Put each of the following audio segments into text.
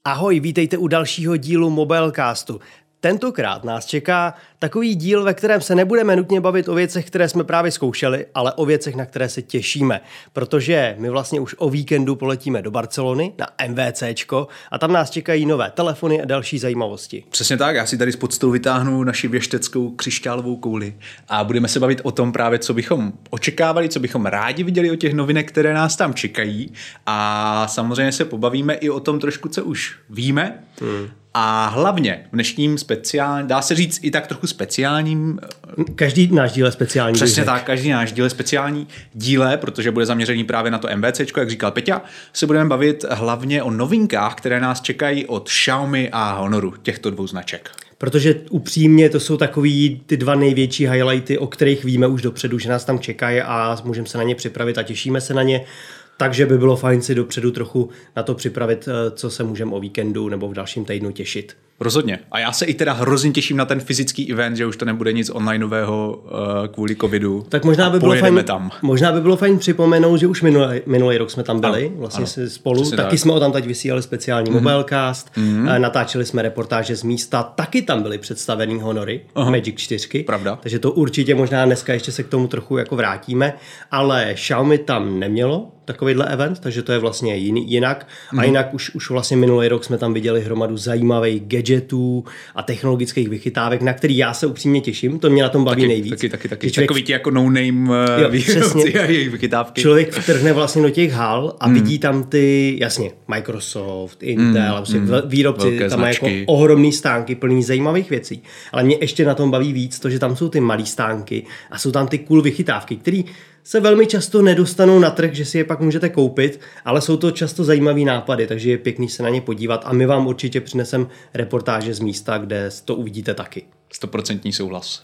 Ahoj, vítejte u dalšího dílu Mobilecastu. Tentokrát nás čeká takový díl, ve kterém se nebudeme nutně bavit o věcech, které jsme právě zkoušeli, ale o věcech, na které se těšíme. Protože my vlastně už o víkendu poletíme do Barcelony na MVCčko a tam nás čekají nové telefony a další zajímavosti. Přesně tak, já si tady z pod stolu vytáhnu naši věšteckou křišťálovou kouli a budeme se bavit o tom právě, co bychom očekávali, co bychom rádi viděli o těch novinek, které nás tam čekají, a samozřejmě se pobavíme i o tom trošku, co už víme. A hlavně v dnešním speciálním, dá se říct i tak trochu speciálním... Každý náš díl je speciální. Přesně tak, každý náš díl je speciální díle, protože bude zaměřený právě na to MVCčko, jak říkal Peťa. Se budeme bavit hlavně o novinkách, které nás čekají od Xiaomi a Honoru, těchto dvou značek. Protože upřímně to jsou takový ty dva největší highlighty, o kterých víme už dopředu, že nás tam čekají a můžeme se na ně připravit a těšíme se na ně. Takže by bylo fajn si dopředu trochu na to připravit, co se můžeme o víkendu nebo v dalším týdnu těšit. Rozhodně. A já se i teda hrozně těším na ten fyzický event, že už to nebude nic onlineového kvůli covidu. Tak možná by bylo fajn připomenout, že už minulý rok jsme tam byli, vlastně spolu. Přesně taky jsme o tam teď vysílali speciální Mobilecast, natáčeli jsme reportáže z místa, taky tam byly představený Honory, Magic 4. Pravda. Takže to určitě možná dneska ještě se k tomu trochu jako vrátíme, ale Xiaomi tam nemělo takovýhle event, takže to je vlastně jinak. A jinak už vlastně minulý rok jsme tam viděli hromadu zajímavých gadgetů a technologických vychytávek, na který já se upřímně těším, to mě na tom baví nejvíc. Taky. Takový ti jako no-name výrobci a jejich vychytávky. Člověk vtrhne vlastně do těch hal a vidí tam ty, jasně, Microsoft, Intel, výrobci, tam mají jako ohromný stánky plný zajímavých věcí. Ale mě ještě na tom baví víc to, že tam jsou ty malý stánky a jsou tam ty cool vychytávky, které se velmi často nedostanou na trh, že si je pak můžete koupit, ale jsou to často zajímavý nápady, takže je pěkný se na ně podívat a my vám určitě přinesem reportáže z místa, kde to uvidíte taky. 100% souhlas.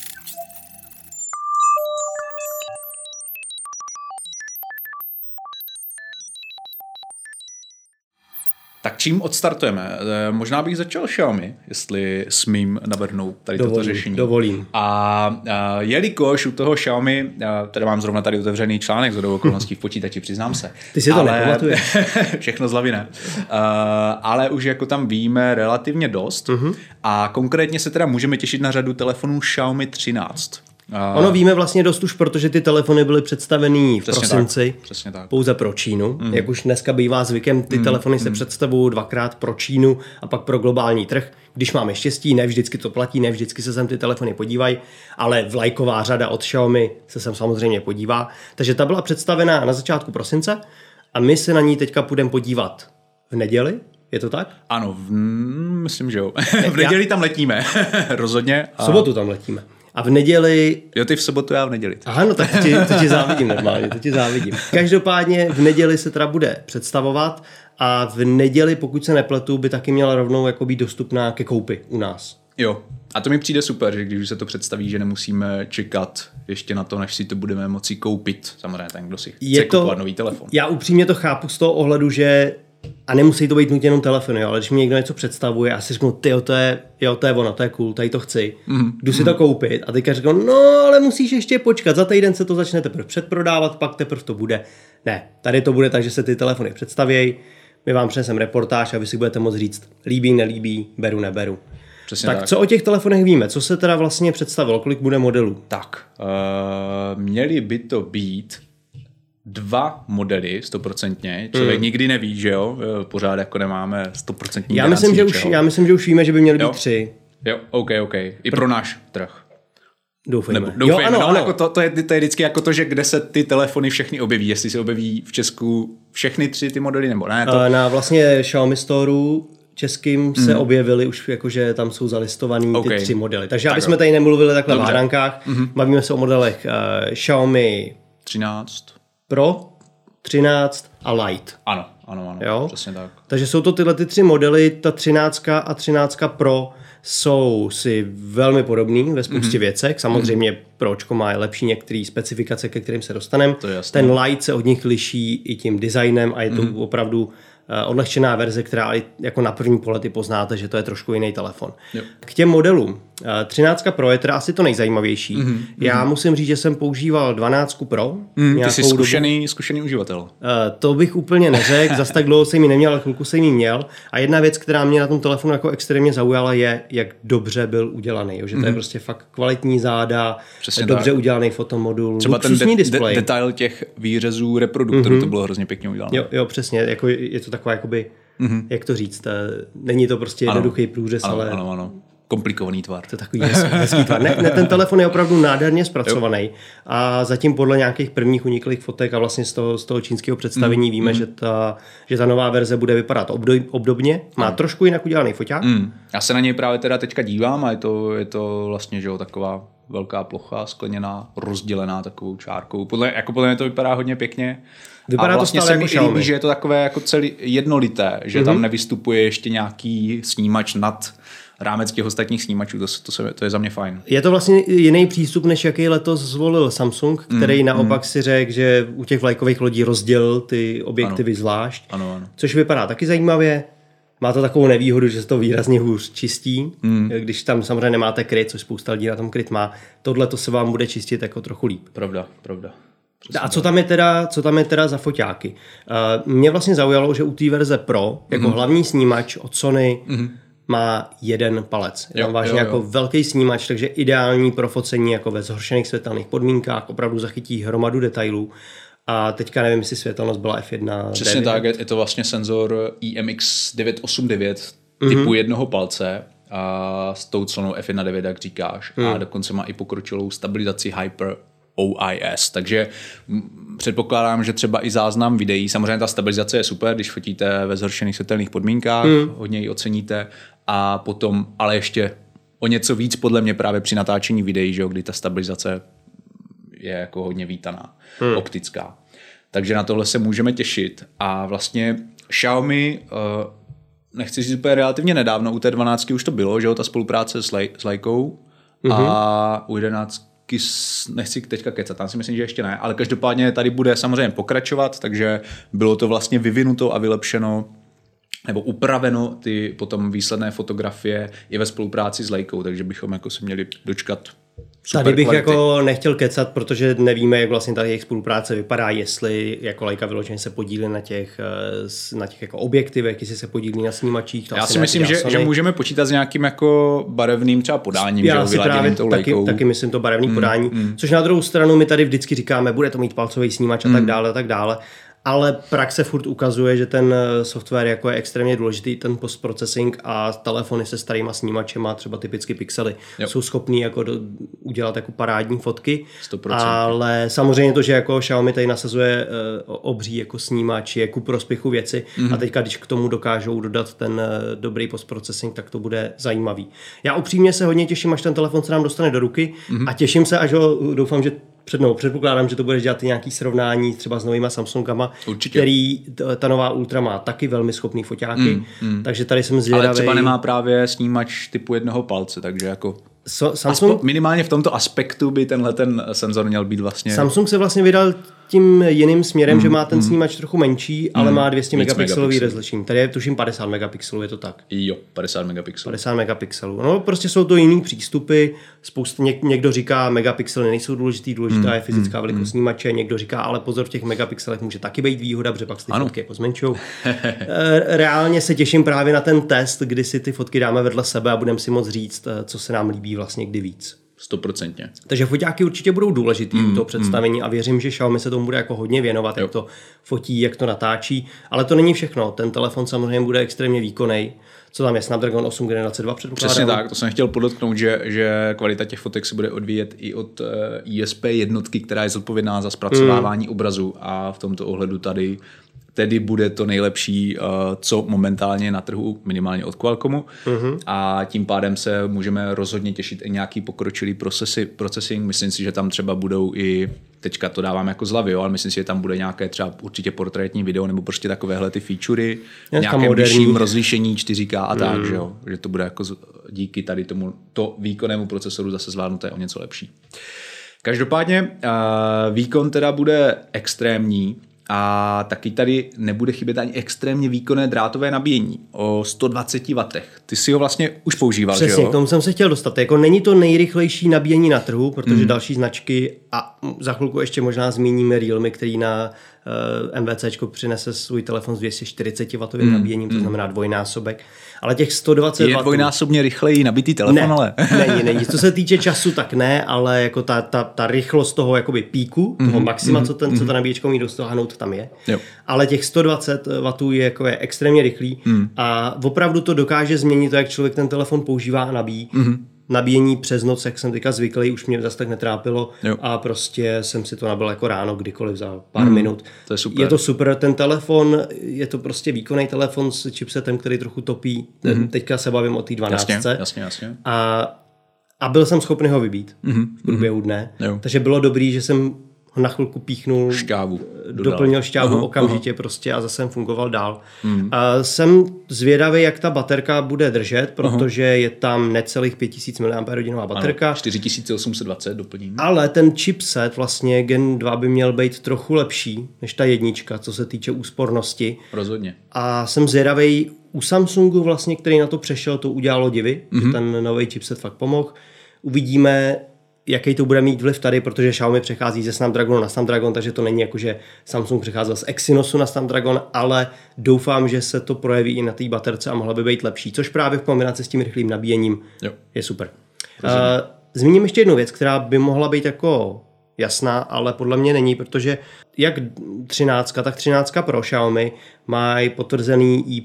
Tak čím odstartujeme? Možná bych začal Xiaomi, jestli smím navrhnout tady toto řešení. Dovolím. A jelikož u toho Xiaomi, teda mám zrovna tady otevřený článek z okolností v počítači, přiznám se. Ty si to nepamatuješ. Všechno z hlavy ne. Ale už jako tam víme relativně dost. A konkrétně se teda můžeme těšit na řadu telefonů Xiaomi 13. Ono víme vlastně dost už, protože ty telefony byly představený v prosinci pouze pro Čínu. Jak už dneska bývá zvykem, ty telefony se představují dvakrát pro Čínu a pak pro globální trh. Když máme štěstí, ne vždycky to platí, ne vždycky se sem ty telefony podívají, ale vlajková řada od Xiaomi se sem samozřejmě podívá. Takže ta byla představená na začátku prosince a my se na ní teďka půjdeme podívat v neděli. Je to tak? Ano, myslím, že jo. V neděli tam letíme, rozhodně. V sobotu tam letíme. A v neděli... Jo, ty v sobotu, já v neděli. Aha, no tak to ti závidím normálně, to ti závidím. Každopádně v neděli se teda bude představovat a v neděli, pokud se nepletu, by taky měla rovnou jako být dostupná ke koupi u nás. Jo, a to mi přijde super, že když se to představí, že nemusíme čekat ještě na to, než si to budeme moci koupit. Samozřejmě ten, kdo si chce kupovat nový telefon. Já upřímně to chápu z toho ohledu, že a nemusí to být nutně jenom telefony, ale když mi někdo něco představuje a si řeknu, to je ono, to je cool, tady to chci. Jdu si to koupit a teďka řeknu, no ale musíš ještě počkat, za týden se to začne teprve předprodávat, pak teprve to bude. Ne, tady to bude tak, že se ty telefony představějí, my vám přineseme reportáž a vy si budete moct říct, líbí, nelíbí, beru, neberu. Tak co o těch telefonech víme? Co se teda vlastně představilo? Kolik bude modelů? Tak, měly by to být 2 modely, 100%. Člověk nikdy neví, že jo? Pořád jako nemáme 100% Já myslím, že už víme, že by měly být 3. Jo, OK. I pro náš trh. Doufejme. Ano. Jako to je vždycky jako to, že kde se ty telefony všechny objeví. Jestli se objeví v Česku všechny 3 ty modely, nebo ne? Na vlastně Xiaomi Storeu českým se objevily už jakože tam jsou zalistovaný ty 3 modely. Takže aby jsme tady nemluvili takhle v hádankách, bavíme se o modelech Xiaomi 13 Pro, 13 a Lite. Ano, jo? Přesně tak. Takže jsou to tyhle 3 modely, ta 13 a 13 Pro jsou si velmi podobný ve spoustě věcech. Samozřejmě Pročko má lepší některé specifikace, ke kterým se dostaneme. Ten Lite se od nich liší i tím designem a je to opravdu odlehčená verze, která jako na první pohled i poznáte, že to je trošku jiný telefon. Jo. K těm modelům. 13 Pro je teda asi to nejzajímavější. Já musím říct, že jsem používal 12 Pro. Ty jsi zkušený uživatel. To bych úplně neřekl, zas tak dlouho jsem ji neměl, ale chvilku jsem ji měl. A jedna věc, která mě na tom telefonu jako extrémně zaujala, je, jak dobře byl udělaný. Že to je prostě fakt kvalitní záda, dobře udělaný fotomodul, třeba ten detail těch výřezů reproduktorů, to bylo hrozně pěkně udělané. Jo, přesně, jako je to taková jakoby, jak to říct, není to prostě jednoduchý průřez, ale... Ano. Komplikovaný tvar. To je takový hezký tvar. Ne, ten telefon je opravdu nádherně zpracovaný a zatím podle nějakých prvních uniklých fotek a vlastně z toho čínského představení víme, že ta nová verze bude vypadat obdobně. Má trošku jinak udělaný foťák. Já se na něj právě teda teďka dívám a je to vlastně, že jo, taková velká plocha, skleněná, rozdělená takovou čárkou. Podle mě to vypadá hodně pěkně. Vypadá a vlastně to se jako mi líbí, že je to takové jako celý jednolité, že tam nevystupuje ještě nějaký snímač nad rámec těch ostatních snímačů, to je za mě fajn. Je to vlastně jiný přístup, než jaký letos zvolil Samsung, který naopak si řekl, že u těch vlajkových lodí rozdělil ty objektivy zvlášť, což vypadá taky zajímavě. Má to takovou nevýhodu, že se to výrazně hůř čistí, když tam samozřejmě nemáte kryt, což spousta lidí na tom kryt má. Tohle to se vám bude čistit jako trochu líp. Pravda. Přesně. A co tam je teda za foťáky? Mě vlastně zaujalo, že u té verze Pro, jako hlavní snímač od Sony, má jeden palec. Je tam vážně jako velký snímač, takže ideální pro focení jako ve zhoršených světelných podmínkách, opravdu zachytí hromadu detailů. A teďka nevím, jestli světelnost byla f1. Přesně tak, je to vlastně senzor IMX989 typu jednoho palce a s tou clonou f1.9, jak říkáš. A dokonce má i pokročilou stabilizaci Hyper OIS, takže předpokládám, že třeba i záznam videí, samozřejmě ta stabilizace je super, když fotíte ve zhoršených světelných podmínkách, hodně ji oceníte a potom, ale ještě o něco víc podle mě právě při natáčení videí, že jo, kdy ta stabilizace je jako hodně vítaná, optická. Takže na tohle se můžeme těšit a vlastně Xiaomi, nechci říct úplně relativně nedávno, u té 12 už to bylo, že jo, ta spolupráce s Leikou a u 11 nechci teďka kecat, tam si myslím, že ještě ne, ale každopádně tady bude samozřejmě pokračovat, takže bylo to vlastně vyvinuto a vylepšeno nebo upraveno ty potom výsledné fotografie i ve spolupráci s Leikou, takže bychom jako se měli dočkat super tady bych kvality. jako nechtěl kecat, protože nevíme, jak vlastně ta jejich spolupráce vypadá, jestli jako Leica vyloženě se podílí na těch jako objektivech, jestli se podílí na snímačích. Já si myslím, že můžeme počítat s nějakým jako barevným třeba podáním. Já si právě taky myslím to barevný podání, což na druhou stranu my tady vždycky říkáme, bude to mít palcový snímač a tak dále. Ale praxe furt ukazuje, že ten software jako je extrémně důležitý, ten postprocessing a telefony se starýma snímačema, třeba typicky pixely, jsou schopný jako udělat jako parádní fotky. 100%. Ale samozřejmě to, že jako Xiaomi tady nasazuje obří jako snímač, je ku prospěchu věci a teďka, když k tomu dokážou dodat ten dobrý postprocessing, tak to bude zajímavý. Já upřímně se hodně těším, až ten telefon se nám dostane do ruky a těším se, až ho doufám, že předpokládám, že to bude dělat nějaký srovnání třeba s novýma Samsungama, který ta nová Ultra má taky velmi schopný foťáky, takže tady jsem zvědavý. Ale třeba nemá právě snímač typu jednoho palce, takže jako Samsung minimálně v tomto aspektu by tenhle ten senzor měl být vlastně. Samsung se vlastně vydal tím jiným směrem, že má ten snímač trochu menší, ale má 200 megapixelový rozlišení. Tady je tuším 50 megapixelů, je to tak? Jo, 50 megapixelů. 50 megapixelů. No prostě jsou to jiný přístupy. Někdo říká, megapixely nejsou důležitá je fyzická velikost snímače, někdo říká, ale pozor, v těch megapixelech může taky být výhoda, protože pak si ty fotky pozmenšou. Reálně se těším právě na ten test, kdy si ty fotky dáme vedle sebe a budeme si moct říct, co se nám líbí vlastně kdy víc. 100%. Takže foťáky určitě budou důležitý u toho představení a věřím, že Xiaomi se tomu bude jako hodně věnovat, jak to fotí, jak to natáčí, ale to není všechno. Ten telefon samozřejmě bude extrémně výkonný. Co tam je? Snapdragon 8 generace 2 předpokládám? Přesně tak, to jsem chtěl podotknout, že kvalita těch fotek se bude odvíjet i od ISP jednotky, která je zodpovědná za zpracovávání obrazu a v tomto ohledu tady tedy bude to nejlepší, co momentálně na trhu, minimálně od Qualcommu. A tím pádem se můžeme rozhodně těšit i nějaký pokročilý processing. Myslím si, že tam třeba budou i, teďka to dávám jako z hlavy, ale myslím si, že tam bude nějaké třeba určitě portrétní video nebo prostě takovéhle ty featurey, nějakém vyšším rozlišení 4K a tak, že to bude jako díky tady tomuto výkonnému procesoru zase zvládnuté o něco lepší. Každopádně výkon teda bude extrémní a taky tady nebude chybět ani extrémně výkonné drátové nabíjení o 120 W. Ty si ho vlastně už používal, přesně, že jo? K tomu jsem se chtěl dostat. Jako není to nejrychlejší nabíjení na trhu, protože další značky, a za chvilku ještě možná zmíníme Realme, který na MVCčko přinese svůj telefon s 240 W nabíjením, to znamená dvojnásobek. Ale těch 120 W... Je dvojnásobně rychleji nabitý telefon, ale... Není. Co se týče času, tak ne, ale jako ta rychlost toho jakoby píku, toho maxima, co ta nabíječka umí dosáhnout, tam je. Jo. Ale těch 120 W je extrémně rychlý a opravdu to dokáže změnit to, jak člověk ten telefon používá a nabíjí. Nabíjení přes noc, jak jsem teďka zvyklý, už mě zase tak netrápilo a prostě jsem si to nabil jako ráno, kdykoliv za pár minut. To je super. Je to super, ten telefon, je to prostě výkonný telefon s chipsetem, který trochu topí. Teďka se bavím o té 12. Jasně. A byl jsem schopný ho vybít v průběhu dne. Takže bylo dobrý, že jsem ho na chvilku píchnul, šťávu doplnil šťávu okamžitě prostě a zase jsem fungoval dál. A jsem zvědavý, jak ta baterka bude držet, protože je tam necelých 5000 mAh baterka. 4820 doplním. Ale ten chipset vlastně Gen 2 by měl být trochu lepší než ta jednička, co se týče úspornosti. Rozhodně. A jsem zvědavý, u Samsungu vlastně, který na to přešel, to udělalo divy, že ten nový chipset fakt pomohl. Uvidíme, jaký to bude mít vliv tady, protože Xiaomi přechází ze Snapdragonu na Snapdragon, takže to není jako, že Samsung přecházel z Exynosu na Snapdragon, ale doufám, že se to projeví i na té baterce a mohla by být lepší, což právě v kombinaci s tím rychlým nabíjením je super. Zmíním ještě jednu věc, která by mohla být jako jasná, ale podle mě není, protože jak 13, tak 13 Pro Xiaomi mají potvrzený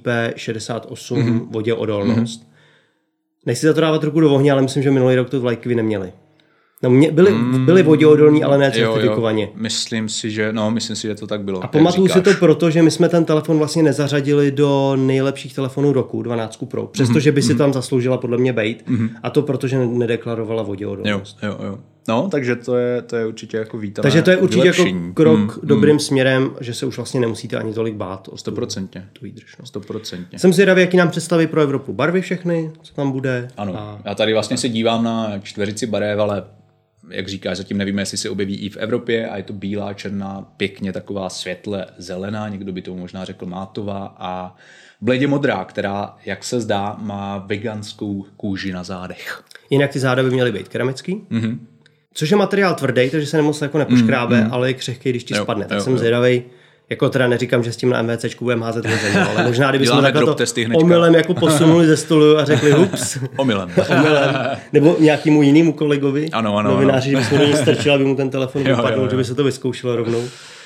IP68 voděodolnost. Nechci za to dávat ruku do ohně, ale myslím, že minulý rok to vlajky neměli. No, byli voděodolní, ale ne certifikovaně. Myslím si, že to tak bylo. A pamatuju si to proto, že my jsme ten telefon vlastně nezařadili do nejlepších telefonů roku, 12 Pro, přestože by si tam zasloužila podle mě bejt, a to protože nedeklarovala voděodolnost. Jo. No, takže to je určitě jako vítané. Takže to je určitě vylepšení. Jako krok dobrým směrem, že se už vlastně nemusíte ani tolik bát o 100%. Tu výdrž. 100%. Jsem zvědavý, jaký nám představí pro Evropu barvy všechny, co tam bude. Ano, já tady vlastně se dívám na čtveřici barev, ale jak říkáš, zatím nevíme, jestli se objeví i v Evropě a je to bílá, černá, pěkně taková světle zelená, někdo by to možná řekl mátová a bledě modrá, která, jak se zdá, má veganskou kůži na zádech. Jinak ty záda by měly být keramický, což je materiál tvrdý, takže se nemoc jako nepoškrábe, ale je křehký, když ti spadne. Tak jsem zvědavý. Jako teda neříkám, že s tím na MVCčku budeme házet vozeň, ale možná, kdybychom takhle to omylem jako posunuli ze stolu a řekli hups. Omylem. Nebo nějakému jinému kolegovi, ano, novináři, že bychom do něj strčili, aby mu ten telefon vypadl, že by se to vyzkoušelo rovnou.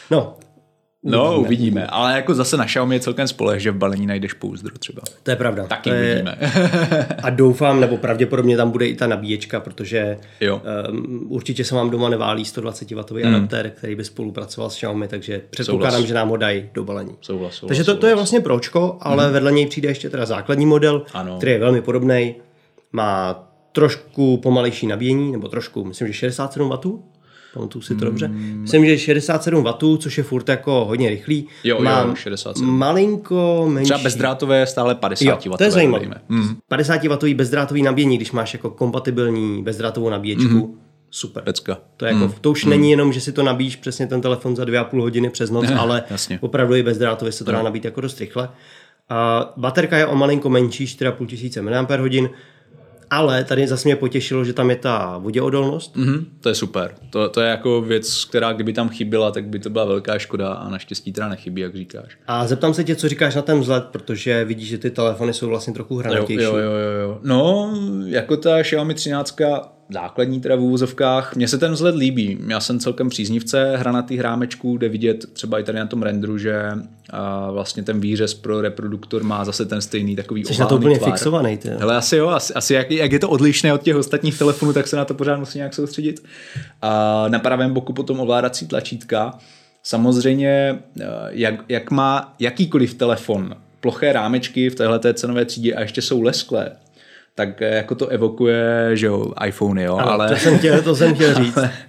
No, uvidíme. Ale jako zase na Xiaomi je celkem spoleh, že v balení najdeš pouzdro třeba. To je pravda. Taky uvidíme. A doufám, nebo pravděpodobně tam bude i ta nabíječka, protože určitě se vám doma neválí 120W adaptér, který by spolupracoval s Xiaomi, takže předpokládám, že nám ho dají do balení. Takže to je vlastně pročko, ale vedle něj přijde ještě teda základní model, který je velmi podobný. Má trošku pomalejší nabíjení, nebo trošku, myslím, že 67 W. Pamatuju si to dobře. Myslím, že 67 W, což je furt jako hodně rychlý. Mám 67. Malinko menší. Třeba bezdrátové je stále 50 W. To je zajímavé. 50 W bezdrátový nabíjení, když máš jako kompatibilní bezdrátovou nabíječku. Super. Pecka. To, je jako, to už není jenom, že si to nabíjíš přesně ten telefon za 2,5 hodiny přes noc, ale opravdu i bezdrátově se to dá nabít jako dost rychle. A baterka je o malinko menší, 4500 mAh. Ale tady zase mě potěšilo, že tam je ta voděodolnost. To je super. To je jako věc, která kdyby tam chyběla, tak by to byla velká škoda a naštěstí teda nechybí, jak říkáš. A zeptám se tě, co říkáš na ten vzhled, protože vidíš, že ty telefony jsou vlastně trochu hranatější. Jo. No, jako ta Xiaomi 13 základní teda v úvozovkách, mně se ten vzhled líbí. Já jsem celkem příznivce hranatých rámečků, kde vidět třeba i tady na tom renderu, že vlastně ten výřez pro reproduktor má zase ten stejný takový oválný tvar. Jsi na to úplně fixovaný. Hele, asi jo, asi jak je to odlišné od těch ostatních telefonů, tak se na to pořád musí nějak soustředit. A na pravém boku potom ovládací tlačítka. Samozřejmě, jak má jakýkoliv telefon ploché rámečky v téhleté cenové třídě a ještě jsou lesklé, tak jako to evokuje, že jo, iPhone, jo, ano, ale... To jsem chtěl říct.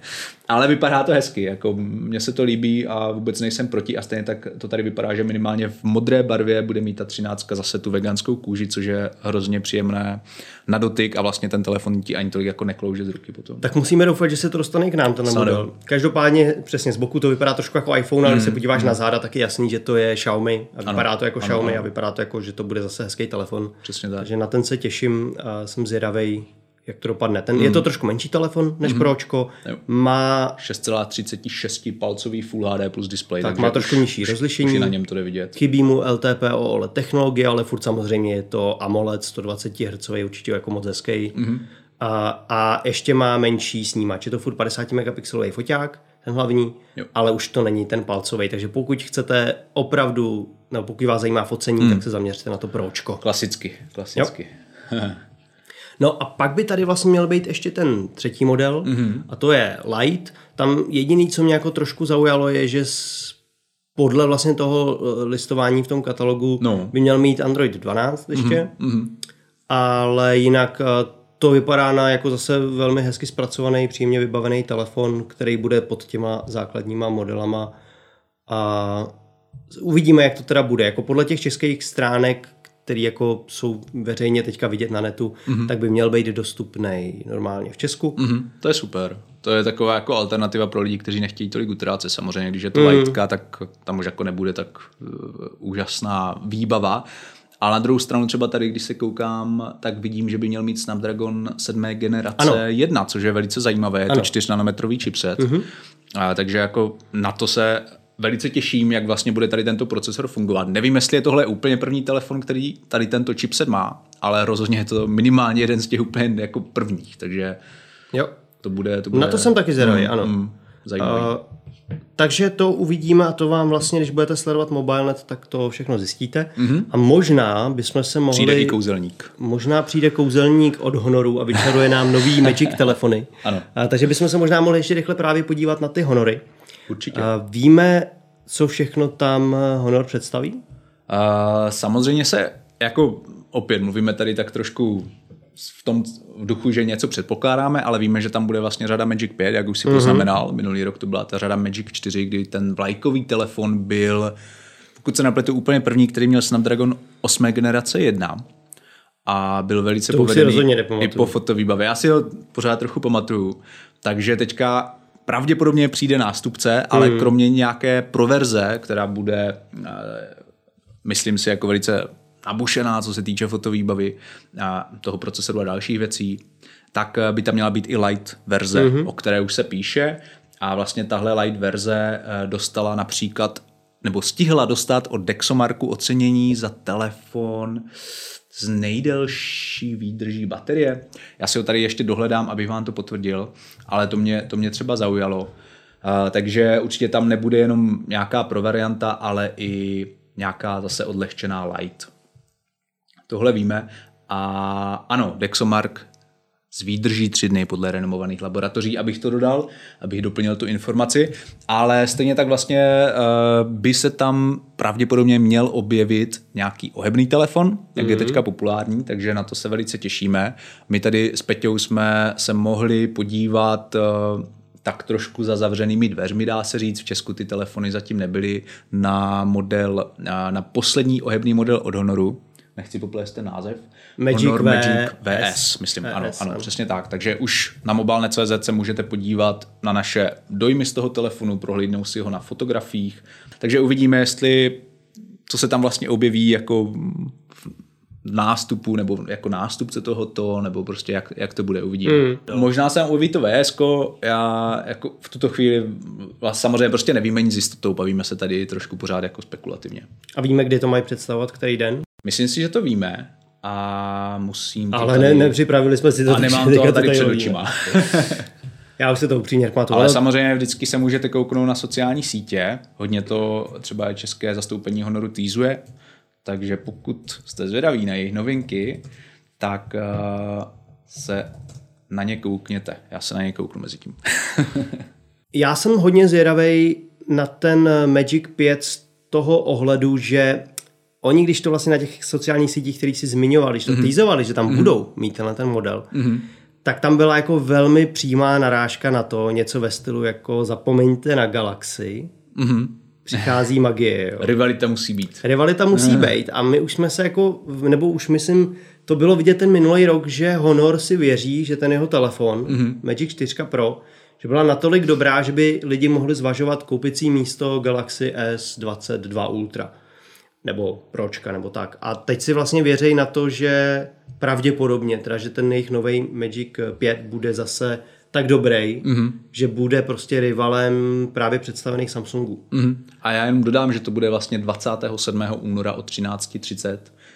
Ale vypadá to hezky, jako mně se to líbí a vůbec nejsem proti a stejně tak to tady vypadá, že minimálně v modré barvě bude mít ta 13 zase tu veganskou kůži, což je hrozně příjemné na dotyk a vlastně ten telefon ti ani tolik jako neklouže z ruky potom. Tak musíme doufat, že se to dostane i k nám, ten model. Každopádně přesně z boku to vypadá trošku jako iPhone, ale když se podíváš na záda, tak je jasný, že to je Xiaomi a vypadá to jako Xiaomi a vypadá to jako, že to bude zase hezký telefon. Přesně tak. Takže na ten se těším a jsem zvědavej, jak to dopadne. Je to trošku menší telefon než Pročko. Má 6,36 palcový Full HD plus display. Tak má trošku nižší rozlišení. Na něm to jde vidět. Chybí mu LTPO OLED technologie, ale furt samozřejmě je to AMOLED 120 Hz, určitě jako moc hezký. A ještě má menší snímač. Je to furt 50 megapixelový foťák, ten hlavní, ale už to není ten palcový. Takže pokud chcete opravdu, nebo pokud vás zajímá focení, tak se zaměřte na to Pročko. Klasicky. No a pak by tady vlastně měl být ještě ten třetí model a to je Lite. Tam jediný, co mě jako trošku zaujalo, je, že podle vlastně toho listování v tom katalogu by měl mít Android 12 ještě, ale jinak to vypadá na jako zase velmi hezky zpracovaný, příjemně vybavený telefon, který bude pod těma základníma modelama a uvidíme, jak to teda bude. Jako podle těch českých stránek, který jako jsou veřejně teďka vidět na netu, tak by měl být dostupný normálně v Česku. To je super. To je taková jako alternativa pro lidi, kteří nechtějí tolik utrácet. Samozřejmě, když je to lightka, tak tam už jako nebude tak úžasná výbava. Ale na druhou stranu třeba tady, když se koukám, tak vidím, že by měl mít Snapdragon 7. generace 1, což je velice zajímavé. Je to 4nanometrový chipset. Takže jako na to se velice těším, jak vlastně bude tady tento procesor fungovat. Nevím, jestli je tohle úplně první telefon, který tady tento chipset má, ale rozhodně je to minimálně jeden z těch úplně jako prvních, takže to bude... Na to jsem taky zvědavý, ano. Zajímavý. Takže to uvidíme a to vám vlastně, když budete sledovat MobileNet, tak to všechno zjistíte. A možná bychom se mohli... Přijde i kouzelník. Možná přijde kouzelník od Honoru a vyčaruje nám nový Magic telefony. Ano. Takže bychom se možná mohli ještě rychle právě podívat na ty Honory. Určitě. Víme, co všechno tam Honor představí? Samozřejmě se, jako opět mluvíme tady tak trošku v duchu, že něco předpokládáme, ale víme, že tam bude vlastně řada Magic 5, jak už si poznamenal. Minulý rok to byla ta řada Magic 4, kdy ten vlajkový telefon byl, pokud se napletu, úplně první, který měl Snapdragon 8. generace 1 a byl velice povedený i po fotovýbavě. Já si ho pořád trochu pamatuju. Takže teďka pravděpodobně přijde nástupce, ale kromě nějaké proverze, která bude, myslím si, jako velice nabušená, co se týče fotovýbavy a toho procesoru a dalších věcí, tak by tam měla být i light verze, o které už se píše. A vlastně tahle light verze dostala například, nebo stihla dostat od Dexomarku ocenění za telefon s nejdelší výdrží baterie. Já si ho tady ještě dohledám, abych vám to potvrdil, ale to mě třeba zaujalo. Takže určitě tam nebude jenom nějaká provarianta, ale i nějaká zase odlehčená light. Tohle víme. A ano, Dexomark s výdrží 3 dny podle renomovaných laboratoří, abych to dodal, abych doplnil tu informaci, ale stejně tak vlastně by se tam pravděpodobně měl objevit nějaký ohebný telefon, jak je teďka populární, takže na to se velice těšíme. My tady s Peťou jsme se mohli podívat tak trošku za zavřenými dveřmi, dá se říct. V Česku ty telefony zatím nebyly na poslední ohebný model od Honoru. Nechci poplést ten název. Magic VS, myslím. Ano, přesně tak. Takže už na mobilnet.cz se můžete podívat na naše dojmy z toho telefonu, prohlídnout si ho na fotografiích. Takže uvidíme, co se tam vlastně objeví jako nástupu, nebo jako nástupce tohoto, nebo prostě jak to bude, uvidíme. Možná se tam objeví to VS-ko, já jako v tuto chvíli samozřejmě prostě nevíme nic s jistotou, bavíme se tady trošku pořád jako spekulativně. A víme, kdy to mají představovat, který den? Myslím si, že to víme a musím... Ale tady... nepřipravili jsme si to. A nemám to tady před očima. Já už se to upřímně pamatuju. Ale samozřejmě vždycky se můžete kouknout na sociální sítě, hodně to třeba české zastoupení Honoru teasuje, takže pokud jste zvědaví na jejich novinky, tak se na ně koukněte. Já se na ně kouknu mezi tím. Já jsem hodně zvědavej na ten Magic 5 z toho ohledu, že oni, když to vlastně na těch sociálních sítích, kterých si zmiňovali, když to teasovali, že tam budou mít ten model, tak tam byla jako velmi přímá narážka na to, něco ve stylu jako zapomeňte na Galaxy, přichází magie. Jo. Rivalita musí být. Rivalita musí být a my už jsme se jako, nebo už myslím, to bylo vidět ten minulý rok, že Honor si věří, že ten jeho telefon, Magic 4 Pro, že byla natolik dobrá, že by lidi mohli zvažovat koupit si místo Galaxy S22 Ultra. Nebo Pročka, nebo tak. A teď si vlastně věří na to, že pravděpodobně, teda, že ten jejich nový Magic 5 bude zase tak dobrý, že bude prostě rivalem právě představených Samsungů. A já jenom dodám, že to bude vlastně 27. února od 13:30.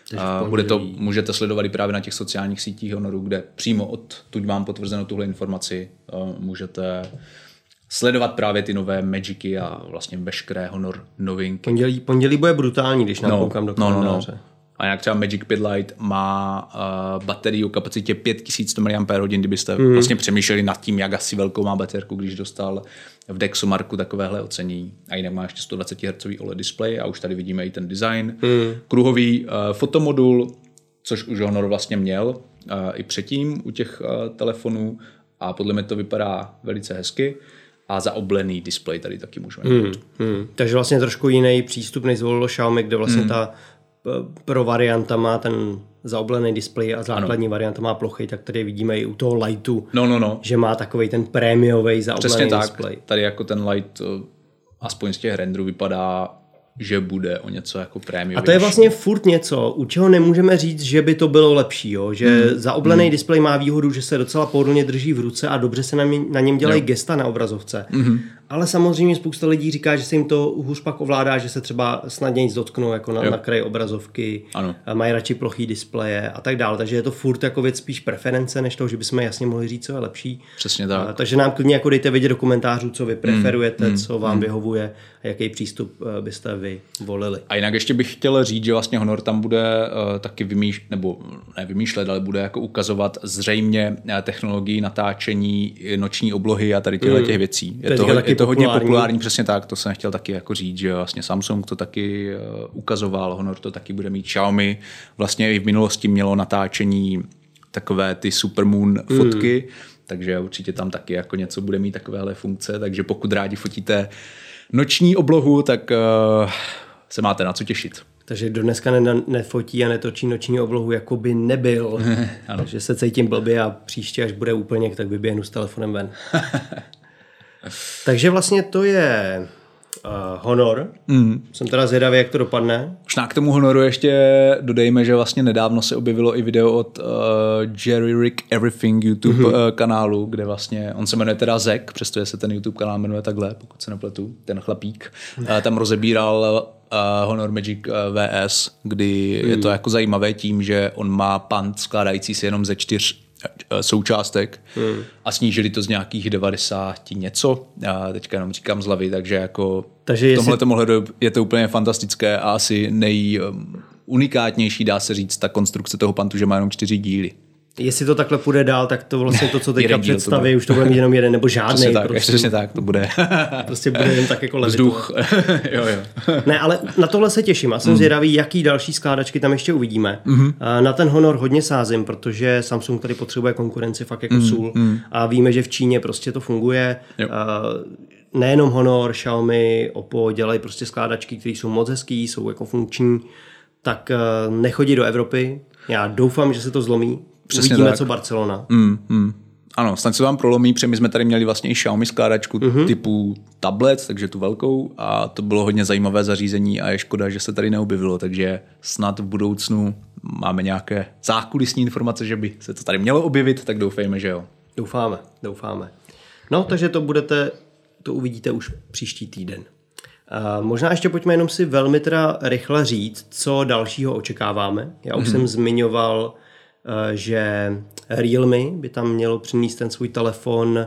Můžete sledovat i právě na těch sociálních sítích Honoru, kde přímo odtud mám potvrzenou tuhle informaci. Můžete sledovat právě ty nové Magicy a vlastně veškeré Honor novinky. Pondělí bude brutální, když nakoukám do kalendáře. No. A jinak třeba Magic 5 Lite má baterii o kapacitě 5100 mAh, kdybyste vlastně přemýšleli nad tím, jak asi velkou má baterku, když dostal v Dexomarku takovéhle ocenění. A jinak má ještě 120 Hz OLED display a už tady vidíme i ten design. Kruhový fotomodul, což už Honor vlastně měl i předtím u těch telefonů a podle mě to vypadá velice hezky. A zaoblený displej tady taky můžeme mít. Takže vlastně trošku jiný přístup, než zvolilo Xiaomi, kde vlastně ta pro varianta má ten zaoblený displej a základní varianta má plochý, tak tady vidíme i u toho Lightu, že má takovej ten prémiový zaoblený displej. Tady jako ten Light aspoň z těch renderů vypadá, že bude o něco jako prémiový. A to je vlastně furt něco, u čeho nemůžeme říct, že by to bylo lepší. Jo? Že zaoblený displej má výhodu, že se docela pohodlně drží v ruce a dobře se na něm dělají gesta na obrazovce. Ale samozřejmě spousta lidí říká, že se jim to hůř pak ovládá, že se třeba snadněji dotknou jako na kraji obrazovky, mají radši plochý displeje a tak dále. Takže je to furt jako věc spíš preference, než toho, že bychom jasně mohli říct, co je lepší. Přesně tak. Takže nám klidně jako dejte vědět do komentářů, co vy preferujete, co vám vyhovuje a jaký přístup byste vy volili. A jinak ještě bych chtěl říct, že vlastně Honor tam bude taky vymýšlet, ale bude jako ukazovat zřejmě technologii natáčení noční oblohy a tady těch věcí. Je to hodně populární, přesně tak, to jsem chtěl taky jako říct, že vlastně Samsung to taky ukazoval, Honor to taky bude mít, Xiaomi vlastně i v minulosti mělo natáčení takové ty Supermoon fotky, takže určitě tam taky jako něco bude mít takovéhle funkce, takže pokud rádi fotíte noční oblohu, tak se máte na co těšit. Takže do dneska nefotí a netočí noční oblohu, jako by nebyl. Takže se cítím blbě a příště, až bude úplněk, tak vyběhnu s telefonem ven. Takže vlastně to je Honor. Jsem teda zvědavý, jak to dopadne. Možná k tomu Honoru ještě dodejme, že vlastně nedávno se objevilo i video od Jerry Rick Everything YouTube kanálu, kde vlastně, on se jmenuje teda Zack, přestože se ten YouTube kanál jmenuje takhle, pokud se nepletu, ten chlapík. Tam rozebíral Honor Magic VS, kdy je to jako zajímavé tím, že on má pant skládající se jenom ze 4 součástek a snížili to z nějakých 90 něco. Já teďka jenom říkám z hlavy, takže jako v tomhletom ohledu je to úplně fantastické a asi unikátnější, dá se říct, ta konstrukce toho pantu, že má jenom 4 díly. Jestli to takhle půjde dál, tak to vlastně to, co teďka představí, už to bude mít jenom jeden nebo žádný. Přesně tak, to bude. Prostě bude jen tak jako vzduch. jo. Ne, ale na tohle se těším a jsem zvědavý, jaký další skládačky tam ještě uvidíme. Na ten Honor hodně sázím, protože Samsung tady potřebuje konkurenci fakt jako sůl a víme, že v Číně prostě to funguje. Nejenom Honor, Xiaomi, Oppo dělají prostě skládačky, které jsou moc hezký, jsou jako funkční, tak nechodí do Evropy. Já doufám, že se to zlomí. Přesně uvidíme, tak. co Barcelona. Ano, snad se vám prolomí, protože my jsme tady měli vlastně i Xiaomi skládačku typu tablet, takže tu velkou a to bylo hodně zajímavé zařízení a je škoda, že se tady neobjevilo, takže snad v budoucnu máme nějaké zákulisní informace, že by se to tady mělo objevit, tak doufejme, že jo. Doufáme. No, takže to uvidíte už příští týden. Možná ještě pojďme jenom si velmi teda rychle říct, co dalšího očekáváme. Já už jsem zmiňoval, že Realme by tam mělo přinést ten svůj telefon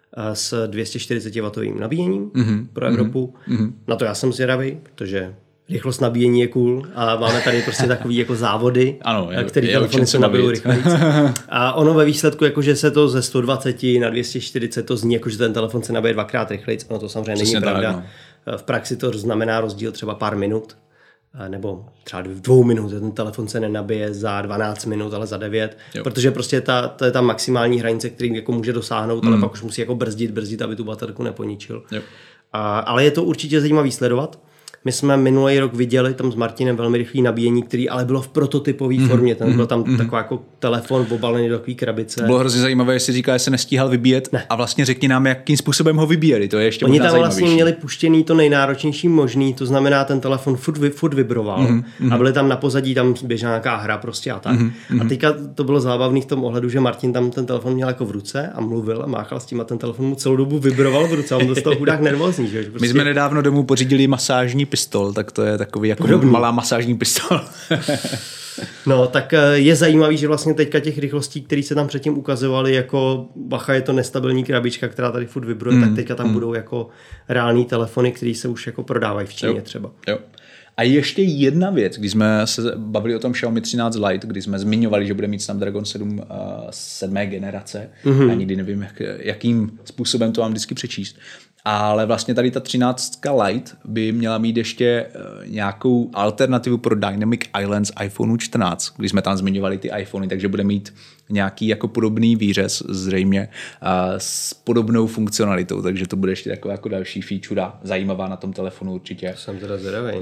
s 240W nabíjením pro Evropu. Na to já jsem zvědavý, protože rychlost nabíjení je cool a máme tady prostě takový jako závody, který telefony se nabijou rychleji. A ono ve výsledku, jakože se to ze 120 na 240 to zní, jakože ten telefon se nabije 2x rychleji, ono to samozřejmě není pravda. V praxi to znamená rozdíl třeba pár minut. nebo třeba v 2 minut, ten telefon se nenabije za 12 minut, ale za 9, protože prostě to je ta maximální hranice, který jako může dosáhnout, ale pak už musí jako brzdit, aby tu baterku neponičil. Ale je to určitě zajímavý sledovat. My jsme minulý rok viděli tam s Martinem velmi rychlé nabíjení, který ale bylo v prototypové formě. Ten byl tam takový jako telefon obalený do takové krabice. To bylo hrozně zajímavé, jestli říká, že se nestíhal vybíjet. Ne. A vlastně řekni nám, jakým způsobem ho vybíjeli. To je ještě Oni tam vlastně měli puštěný to nejnáročnější možný, to znamená, ten telefon furt vibroval a byly tam na pozadí, tam běžela nějaká hra prostě a tak. A teďka to bylo zábavný v tom ohledu, že Martin tam ten telefon měl jako v ruce a mluvil a máchal s tím a ten telefon mu celou dobu vibroval v ruce. A on byl z toho chudák nervózní. Že? Prostě... My jsme nedávno domů pořídili masážní pistol, tak to je takový jako malá masážní pistol. No, tak je zajímavý, že vlastně teďka těch rychlostí, které se tam předtím ukazovaly, jako bacha, je to nestabilní krabička, která tady furt vibruje, tak teďka tam budou jako reální telefony, které se už jako prodávají v Číně třeba. Jo. A ještě jedna věc, když jsme se bavili o tom Xiaomi 13 Lite, kdy jsme zmiňovali, že bude mít Snapdragon 7 7. generace. Já nikdy nevím, jakým způsobem to mám vždycky přečíst. Ale vlastně tady ta 13 Lite by měla mít ještě nějakou alternativu pro Dynamic Islands iPhone 14, když jsme tam zmiňovali ty iPhony, takže bude mít nějaký jako podobný výřez zřejmě s podobnou funkcionalitou, takže to bude ještě taková jako další feature zajímavá na tom telefonu určitě. Jsem teda zvědavý.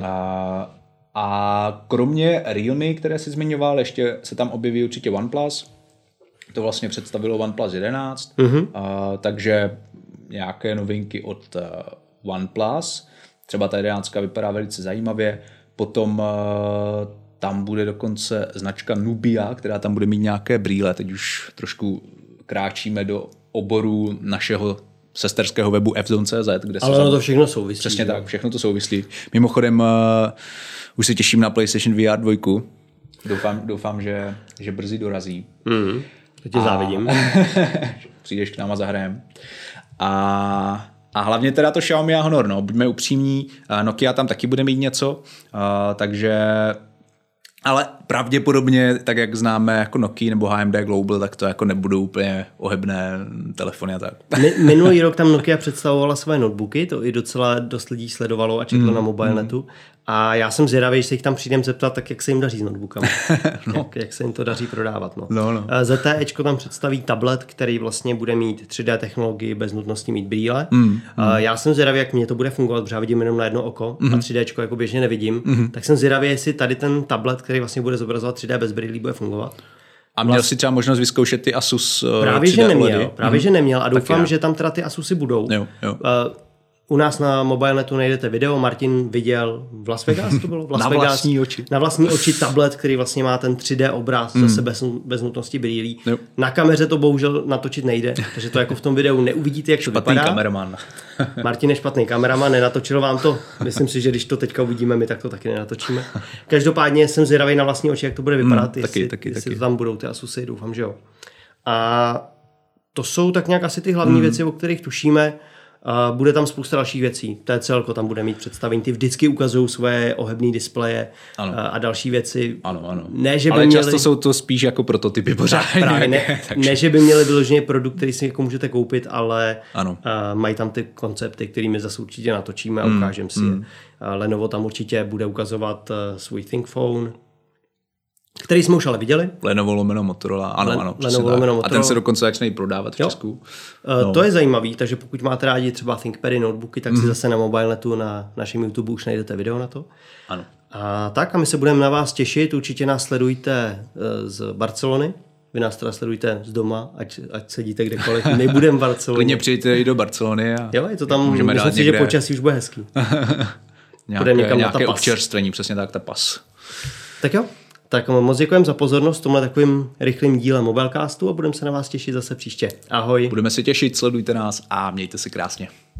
A kromě Realme, které si zmiňoval, ještě se tam objeví určitě OnePlus. To vlastně představilo OnePlus 11, takže nějaké novinky od OnePlus. Třeba ta 11 vypadá velice zajímavě. Potom tam bude dokonce značka Nubia, která tam bude mít nějaké brýle. Teď už trošku kráčíme do oboru našeho sesterského webu fzone.cz, kde ale to všechno souvislí. Přesně tak, všechno to souvislí. Mimochodem už se těším na PlayStation VR 2. Doufám, že brzy dorazí. To tě závidím. Přijdeš k nám a zahrajem. A hlavně teda to Xiaomi a Honor, no, buďme upřímní, Nokia tam taky bude mít něco, takže, ale pravděpodobně, tak jak známe jako Nokia nebo HMD Global, tak to jako nebudou úplně ohebné telefony a tak. Minulý rok tam Nokia představovala své notebooky, to i docela dost lidí sledovalo a četlo na mobilenetu. A já jsem zvědavý, že se jich tam přijdem zeptat, tak jak se jim daří s notebookami. jak se jim to daří prodávat. No. ZTEčko tam představí tablet, který vlastně bude mít 3D technologii bez nutnosti mít brýle. Já jsem zvědavý, jak mě to bude fungovat, protože já vidím jenom na jedno oko a 3Dčko jako běžně nevidím. Tak jsem zvědavý, jestli tady ten tablet, který vlastně bude zobrazovat 3D bez brýlí, bude fungovat. A měl si třeba možnost vyzkoušet ty Asus Právě, že neměl a doufám, že tam teda ty Asusy budou. Jo. U nás na mobilenetu najdete video, Martin viděl v Las Vegas, to bylo? Na vlastní oči tablet, který vlastně má ten 3D obraz, zase bez nutnosti brýlí. Jo. Na kameře to bohužel natočit nejde, takže to jako v tom videu neuvidíte, jak to vypadá. Špatný kameraman. Martin je špatný kameraman, nenatočil vám to. Myslím si, že když to teďka uvidíme, my tak to taky nenatočíme. Každopádně jsem zvědavý na vlastní oči, jak to bude vypadat, jestli to tam budou ty Asusy, doufám, že jo. A to jsou tak nějak asi ty hlavní věci, o kterých tušíme. Bude tam spousta dalších věcí. TCL tam bude mít představení. Ty vždycky ukazují své ohebné displeje a další věci. Ano. Ne, že by ale měli... často jsou to spíš jako prototypy pořád. Právě ne, že by měli vyloženě produkt, který si jako můžete koupit, ale mají tam ty koncepty, kterými zase určitě natočíme a ukážeme si je. Lenovo tam určitě bude ukazovat svůj ThinkPhone, který jsme už ale viděli. Lenovo / Motorola, ano. Motorola. A ten se dokonce začne prodávat v Česku. To je zajímavý, takže pokud máte rádi třeba ThinkPady notebooky, tak si zase na mobilenetu na našem YouTube už najdete video na to. Ano. A my se budeme na vás těšit, určitě nás sledujte z Barcelony. Vy nás teda sledujte z doma, ať sedíte kdekoliv, nebudeme v Barceloně. Klidně přijďte i do Barcelony. Jo, je to tam, myslím si, že počasí už bude hezký. nějaké občerstvení, přesně tak, ta pas. Tak jo. Tak moc děkujeme za pozornost v tomhle takovým rychlým dílem Mobilecastu a budeme se na vás těšit zase příště. Ahoj. Budeme se těšit, sledujte nás a mějte se krásně.